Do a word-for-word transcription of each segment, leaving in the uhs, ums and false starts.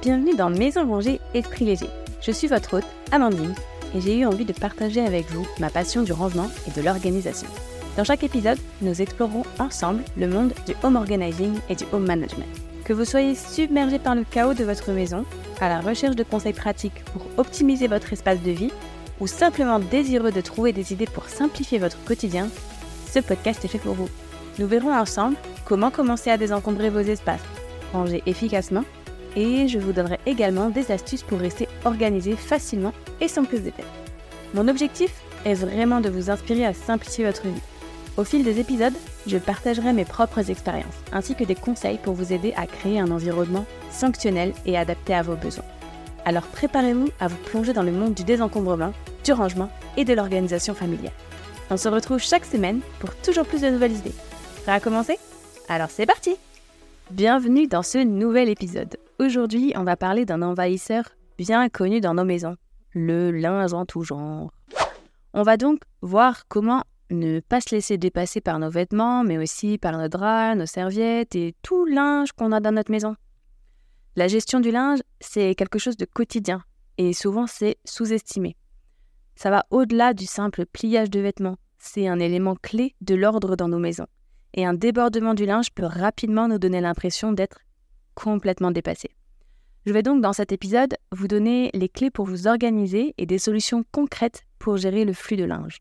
Bienvenue dans Maison rangée Esprit léger. Je suis votre hôte, Amandine, et j'ai eu envie de partager avec vous ma passion du rangement et de l'organisation. Dans chaque épisode, nous explorerons ensemble le monde du home organizing et du home management. Que vous soyez submergé par le chaos de votre maison, à la recherche de conseils pratiques pour optimiser votre espace de vie, ou simplement désireux de trouver des idées pour simplifier votre quotidien, ce podcast est fait pour vous. Nous verrons ensemble comment commencer à désencombrer vos espaces, ranger efficacement, et je vous donnerai également des astuces pour rester organisé facilement et sans prise de tête. Mon objectif est vraiment de vous inspirer à simplifier votre vie. Au fil des épisodes, je partagerai mes propres expériences, ainsi que des conseils pour vous aider à créer un environnement fonctionnel et adapté à vos besoins. Alors préparez-vous à vous plonger dans le monde du désencombrement, du rangement et de l'organisation familiale. On se retrouve chaque semaine pour toujours plus de nouvelles idées. Prêt à commencer ? Alors c'est parti ! Bienvenue dans ce nouvel épisode. Aujourd'hui, on va parler d'un envahisseur bien connu dans nos maisons, le linge en tout genre. On va donc voir comment ne pas se laisser dépasser par nos vêtements, mais aussi par nos draps, nos serviettes et tout linge qu'on a dans notre maison. La gestion du linge, c'est quelque chose de quotidien et souvent c'est sous-estimé. Ça va au-delà du simple pliage de vêtements. C'est un élément clé de l'ordre dans nos maisons. Et un débordement du linge peut rapidement nous donner l'impression d'être complètement dépassé. Je vais donc dans cet épisode vous donner les clés pour vous organiser et des solutions concrètes pour gérer le flux de linge.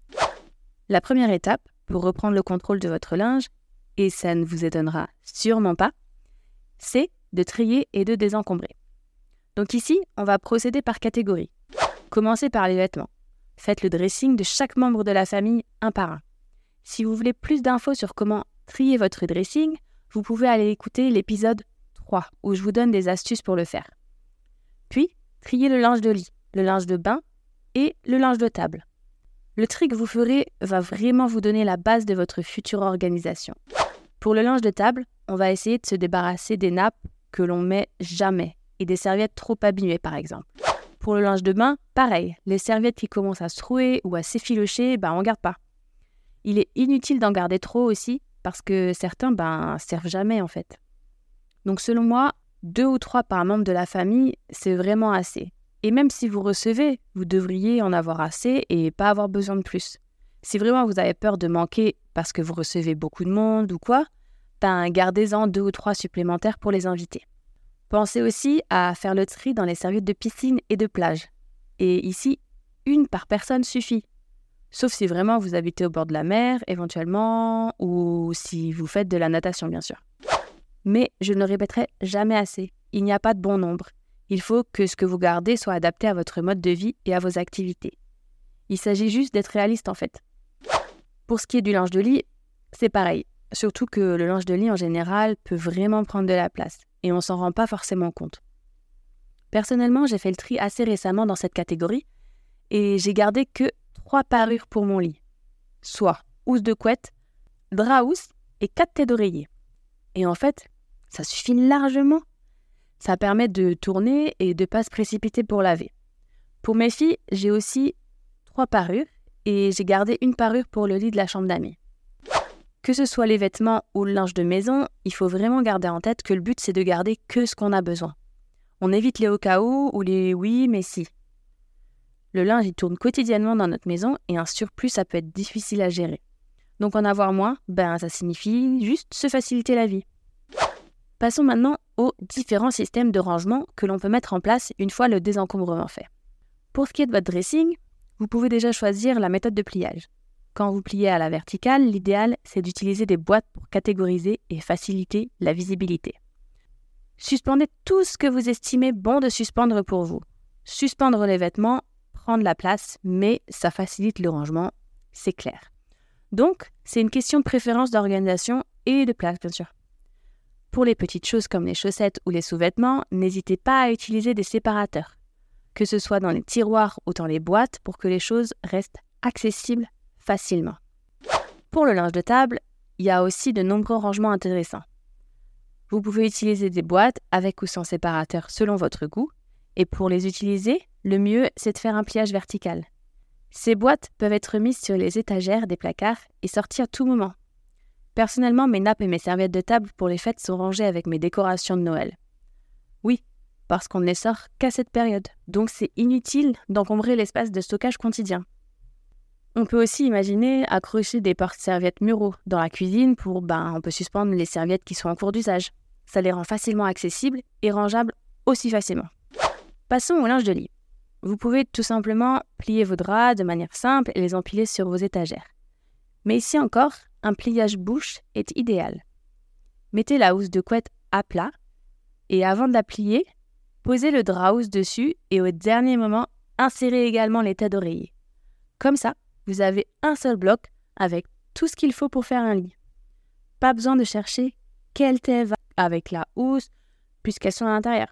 La première étape pour reprendre le contrôle de votre linge, et ça ne vous étonnera sûrement pas, c'est de trier et de désencombrer. Donc ici, on va procéder par catégorie. Commencez par les vêtements. Faites le dressing de chaque membre de la famille un par un. Si vous voulez plus d'infos sur comment trier votre dressing, vous pouvez aller écouter l'épisode trois, où je vous donne des astuces pour le faire. Puis, triez le linge de lit, le linge de bain et le linge de table. Le tri que vous ferez va vraiment vous donner la base de votre future organisation. Pour le linge de table, on va essayer de se débarrasser des nappes que l'on met jamais et des serviettes trop abîmées par exemple. Pour le linge de bain, pareil, les serviettes qui commencent à se trouer ou à s'effilocher, ben on ne garde pas. Il est inutile d'en garder trop aussi parce que certains ben servent jamais en fait. Donc selon moi, deux ou trois par membre de la famille, c'est vraiment assez. Et même si vous recevez, vous devriez en avoir assez et pas avoir besoin de plus. Si vraiment vous avez peur de manquer parce que vous recevez beaucoup de monde ou quoi, ben gardez-en deux ou trois supplémentaires pour les invités. Pensez aussi à faire le tri dans les serviettes de piscine et de plage. Et ici, une par personne suffit. Sauf si vraiment vous habitez au bord de la mer, éventuellement, ou si vous faites de la natation, bien sûr. Mais je ne le répéterai jamais assez, il n'y a pas de bon nombre. Il faut que ce que vous gardez soit adapté à votre mode de vie et à vos activités. Il s'agit juste d'être réaliste en fait. Pour ce qui est du linge de lit, c'est pareil. Surtout que le linge de lit en général peut vraiment prendre de la place et on s'en rend pas forcément compte. Personnellement, j'ai fait le tri assez récemment dans cette catégorie et j'ai gardé que trois parures pour mon lit, soit housse de couette, drap housse et quatre têtes d'oreiller. Et en fait, ça suffit largement. Ça permet de tourner et de ne pas se précipiter pour laver. Pour mes filles, j'ai aussi trois parures et j'ai gardé une parure pour le lit de la chambre d'amis. Que ce soit les vêtements ou le linge de maison, il faut vraiment garder en tête que le but c'est de garder que ce qu'on a besoin. On évite les au cas où ou les oui mais si. Le linge, il tourne quotidiennement dans notre maison et un surplus, ça peut être difficile à gérer. Donc en avoir moins, ben ça signifie juste se faciliter la vie. Passons maintenant aux différents systèmes de rangement que l'on peut mettre en place une fois le désencombrement fait. Pour ce qui est de votre dressing, vous pouvez déjà choisir la méthode de pliage. Quand vous pliez à la verticale, l'idéal, c'est d'utiliser des boîtes pour catégoriser et faciliter la visibilité. Suspendez tout ce que vous estimez bon de suspendre pour vous. Suspendre les vêtements, prendre la place, mais ça facilite le rangement, c'est clair. Donc, c'est une question de préférence d'organisation et de place, bien sûr. Pour les petites choses comme les chaussettes ou les sous-vêtements, n'hésitez pas à utiliser des séparateurs, que ce soit dans les tiroirs ou dans les boîtes, pour que les choses restent accessibles facilement. Pour le linge de table, il y a aussi de nombreux rangements intéressants. Vous pouvez utiliser des boîtes avec ou sans séparateur selon votre goût, et pour les utiliser, le mieux, c'est de faire un pliage vertical. Ces boîtes peuvent être mises sur les étagères des placards et sortir à tout moment. Personnellement, mes nappes et mes serviettes de table pour les fêtes sont rangées avec mes décorations de Noël. Oui, parce qu'on ne les sort qu'à cette période. Donc c'est inutile d'encombrer l'espace de stockage quotidien. On peut aussi imaginer accrocher des porte-serviettes muraux dans la cuisine pour, ben, on peut suspendre les serviettes qui sont en cours d'usage. Ça les rend facilement accessibles et rangeables aussi facilement. Passons au linge de lit. Vous pouvez tout simplement plier vos draps de manière simple et les empiler sur vos étagères. Mais ici encore, un pliage bouche est idéal. Mettez la housse de couette à plat et avant de la plier, posez le drap housse dessus et au dernier moment, insérez également les têtes d'oreiller. Comme ça, vous avez un seul bloc avec tout ce qu'il faut pour faire un lit. Pas besoin de chercher quelle tête va avec la housse puisqu'elles sont à l'intérieur.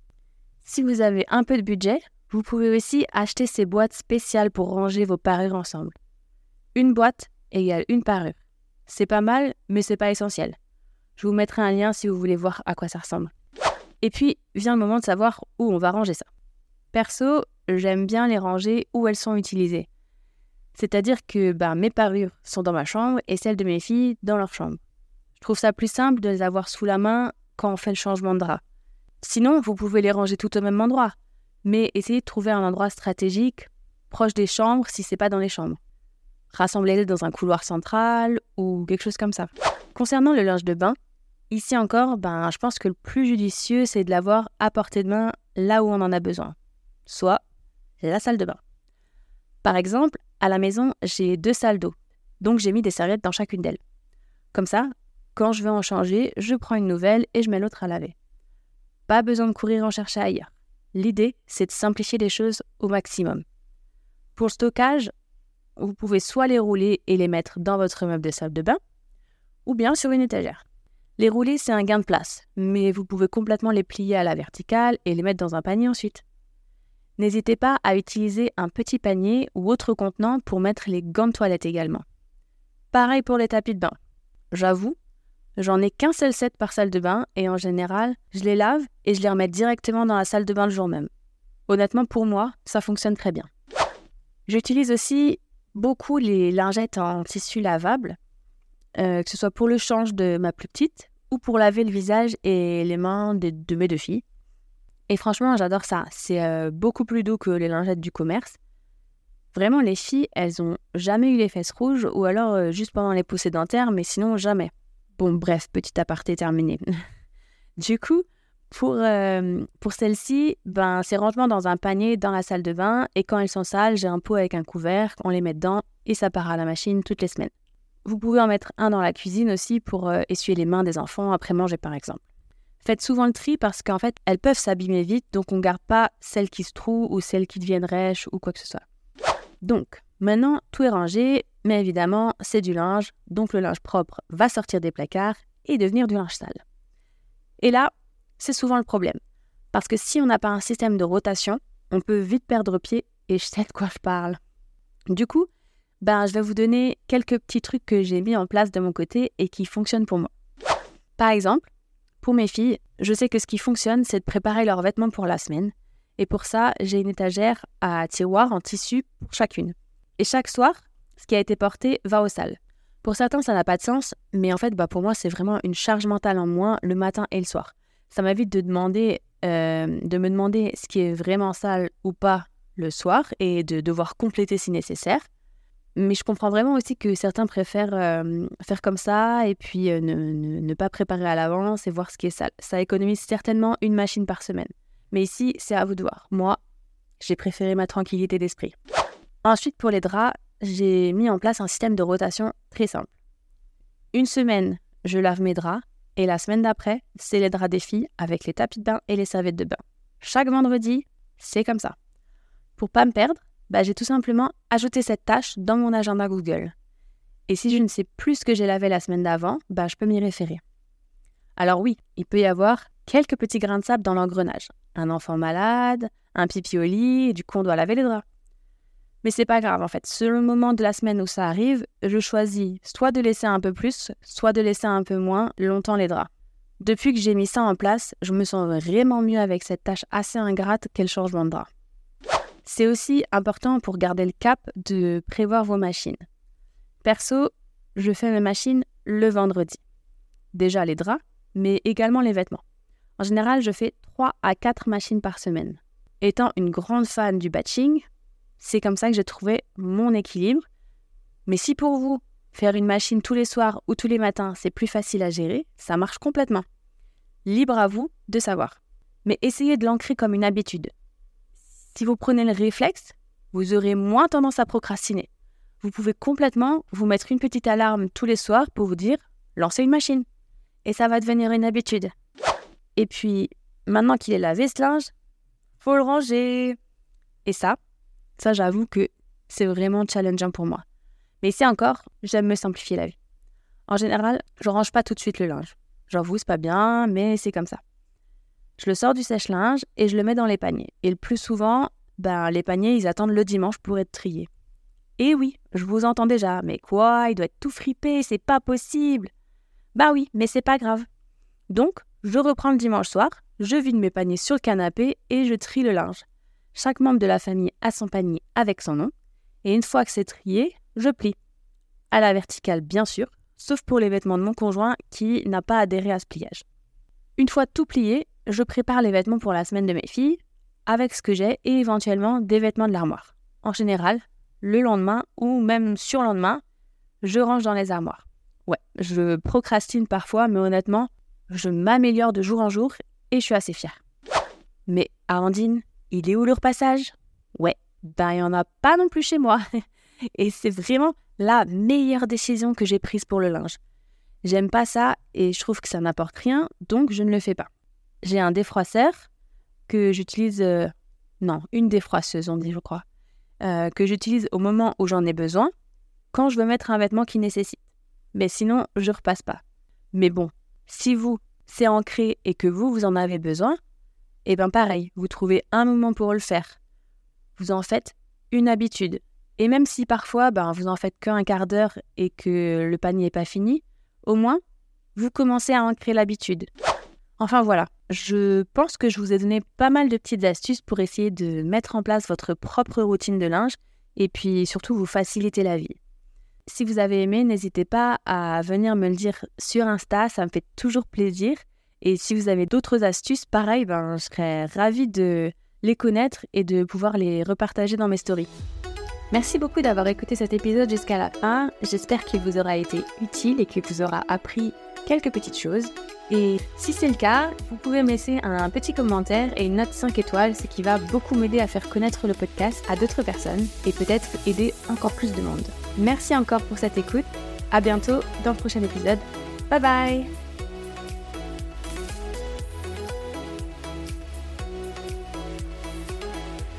Si vous avez un peu de budget, vous pouvez aussi acheter ces boîtes spéciales pour ranger vos parures ensemble. Une boîte égale une parure. C'est pas mal, mais c'est pas essentiel. Je vous mettrai un lien si vous voulez voir à quoi ça ressemble. Et puis, vient le moment de savoir où on va ranger ça. Perso, j'aime bien les ranger où elles sont utilisées. C'est-à-dire que ben, mes parures sont dans ma chambre et celles de mes filles dans leur chambre. Je trouve ça plus simple de les avoir sous la main quand on fait le changement de drap. Sinon, vous pouvez les ranger tout au même endroit, mais essayez de trouver un endroit stratégique, proche des chambres si c'est pas dans les chambres. Rassemblez-les dans un couloir central ou quelque chose comme ça. Concernant le linge de bain, ici encore, ben, je pense que le plus judicieux, c'est de l'avoir à portée de main là où on en a besoin, soit la salle de bain. Par exemple, à la maison, j'ai deux salles d'eau, donc j'ai mis des serviettes dans chacune d'elles. Comme ça, quand je vais en changer, je prends une nouvelle et je mets l'autre à laver. Pas besoin de courir en chercher ailleurs. L'idée, c'est de simplifier les choses au maximum. Pour le stockage, vous pouvez soit les rouler et les mettre dans votre meuble de salle de bain, ou bien sur une étagère. Les rouler, c'est un gain de place, mais vous pouvez complètement les plier à la verticale et les mettre dans un panier ensuite. N'hésitez pas à utiliser un petit panier ou autre contenant pour mettre les gants de toilette également. Pareil pour les tapis de bain. J'avoue, j'en ai qu'un seul set par salle de bain et en général, je les lave et je les remets directement dans la salle de bain le jour même. Honnêtement, pour moi, ça fonctionne très bien. J'utilise aussi beaucoup les lingettes en tissu lavable, euh, que ce soit pour le change de ma plus petite ou pour laver le visage et les mains de, de mes deux filles. Et franchement, j'adore ça. C'est euh, beaucoup plus doux que les lingettes du commerce. Vraiment, les filles, elles ont jamais eu les fesses rouges ou alors euh, juste pendant les poussées dentaires, mais sinon jamais. Bon, bref, petit aparté terminé. Du coup, pour, euh, pour celle-ci, ben, c'est rangement dans un panier dans la salle de bain et quand elles sont sales, j'ai un pot avec un couvercle, on les met dedans et ça part à la machine toutes les semaines. Vous pouvez en mettre un dans la cuisine aussi pour euh, essuyer les mains des enfants après manger par exemple. Faites souvent le tri parce qu'en fait, elles peuvent s'abîmer vite, donc on ne garde pas celles qui se trouent ou celles qui deviennent rêches ou quoi que ce soit. Donc, maintenant, tout est rangé, mais évidemment, c'est du linge, donc le linge propre va sortir des placards et devenir du linge sale. Et là, c'est souvent le problème, parce que si on n'a pas un système de rotation, on peut vite perdre pied et je sais de quoi je parle. Du coup, ben, je vais vous donner quelques petits trucs que j'ai mis en place de mon côté et qui fonctionnent pour moi. Par exemple, pour mes filles, je sais que ce qui fonctionne, c'est de préparer leurs vêtements pour la semaine. Et pour ça, j'ai une étagère à tiroirs en tissu pour chacune. Et chaque soir, ce qui a été porté va aux salles. Pour certains, ça n'a pas de sens, mais en fait, bah, pour moi, c'est vraiment une charge mentale en moins le matin et le soir. Ça m'évite de, demander, euh, de me demander ce qui est vraiment sale ou pas le soir et de devoir compléter si nécessaire. Mais je comprends vraiment aussi que certains préfèrent euh, faire comme ça et puis euh, ne, ne, ne pas préparer à l'avance et voir ce qui est sale. Ça économise certainement une machine par semaine. Mais ici, c'est à vous de voir. Moi, j'ai préféré ma tranquillité d'esprit. Ensuite, pour les draps, j'ai mis en place un système de rotation très simple. Une semaine, je lave mes draps et la semaine d'après, c'est les draps des filles avec les tapis de bain et les serviettes de bain. Chaque vendredi, c'est comme ça. Pour pas me perdre, bah, j'ai tout simplement ajouté cette tâche dans mon agenda Google. Et si je ne sais plus ce que j'ai lavé la semaine d'avant, bah, je peux m'y référer. Alors oui, il peut y avoir quelques petits grains de sable dans l'engrenage. Un enfant malade, un pipi au lit, et du coup on doit laver les draps. Mais c'est pas grave en fait, selon le moment de la semaine où ça arrive, je choisis soit de laisser un peu plus, soit de laisser un peu moins longtemps les draps. Depuis que j'ai mis ça en place, je me sens vraiment mieux avec cette tâche assez ingrate qu'est le changement de drap. C'est aussi important pour garder le cap de prévoir vos machines. Perso, je fais mes machines le vendredi. Déjà les draps, mais également les vêtements. En général, je fais trois à quatre machines par semaine. Étant une grande fan du batching, c'est comme ça que j'ai trouvé mon équilibre. Mais si pour vous, faire une machine tous les soirs ou tous les matins, c'est plus facile à gérer, ça marche complètement. Libre à vous de savoir. Mais essayez de l'ancrer comme une habitude. Si vous prenez le réflexe, vous aurez moins tendance à procrastiner. Vous pouvez complètement vous mettre une petite alarme tous les soirs pour vous dire « lancez une machine ». Et ça va devenir une habitude. Et puis, maintenant qu'il est lavé ce linge, faut le ranger. Et ça, ça j'avoue que c'est vraiment challengeant pour moi. Mais ici encore, j'aime me simplifier la vie. En général, je range pas tout de suite le linge. J'avoue, c'est pas bien, mais c'est comme ça. Je le sors du sèche-linge et je le mets dans les paniers. Et le plus souvent, ben, les paniers, ils attendent le dimanche pour être triés. Et oui, je vous entends déjà, mais quoi, il doit être tout fripé, c'est pas possible. Bah oui, mais c'est pas grave. Donc, je reprends le dimanche soir, je vide mes paniers sur le canapé et je trie le linge. Chaque membre de la famille a son panier avec son nom. Et une fois que c'est trié, je plie. À la verticale, bien sûr, sauf pour les vêtements de mon conjoint qui n'a pas adhéré à ce pliage. Une fois tout plié, je prépare les vêtements pour la semaine de mes filles, avec ce que j'ai et éventuellement des vêtements de l'armoire. En général, le lendemain ou même surlendemain, je range dans les armoires. Ouais, je procrastine parfois, mais honnêtement, je m'améliore de jour en jour et je suis assez fière. Mais Amandine, il est où le repassage ? Ouais, ben il n'y en a pas non plus chez moi. Et c'est vraiment la meilleure décision que j'ai prise pour le linge. J'aime pas ça et je trouve que ça n'apporte rien, donc je ne le fais pas. J'ai un défroisseur que j'utilise... Euh, non, une défroisseuse, on dit, je crois. Euh, que j'utilise au moment où j'en ai besoin, quand je veux mettre un vêtement qui nécessite. Mais sinon, je repasse pas. Mais bon, si vous, c'est ancré et que vous, vous en avez besoin, eh bien pareil, vous trouvez un moment pour le faire. Vous en faites une habitude. Et même si parfois, ben, vous en faites qu'un quart d'heure et que le panier n'est pas fini, au moins, vous commencez à ancrer l'habitude. Enfin voilà, je pense que je vous ai donné pas mal de petites astuces pour essayer de mettre en place votre propre routine de linge et puis surtout vous faciliter la vie. Si vous avez aimé, n'hésitez pas à venir me le dire sur Insta, ça me fait toujours plaisir. Et si vous avez d'autres astuces, pareil, ben, je serais ravie de les connaître et de pouvoir les repartager dans mes stories. Merci beaucoup d'avoir écouté cet épisode jusqu'à la fin. J'espère qu'il vous aura été utile et qu'il vous aura appris quelques petites choses. Et si c'est le cas, vous pouvez me laisser un petit commentaire et une note cinq étoiles, ce qui va beaucoup m'aider à faire connaître le podcast à d'autres personnes et peut-être aider encore plus de monde. Merci encore pour cette écoute. À bientôt dans le prochain épisode. Bye bye!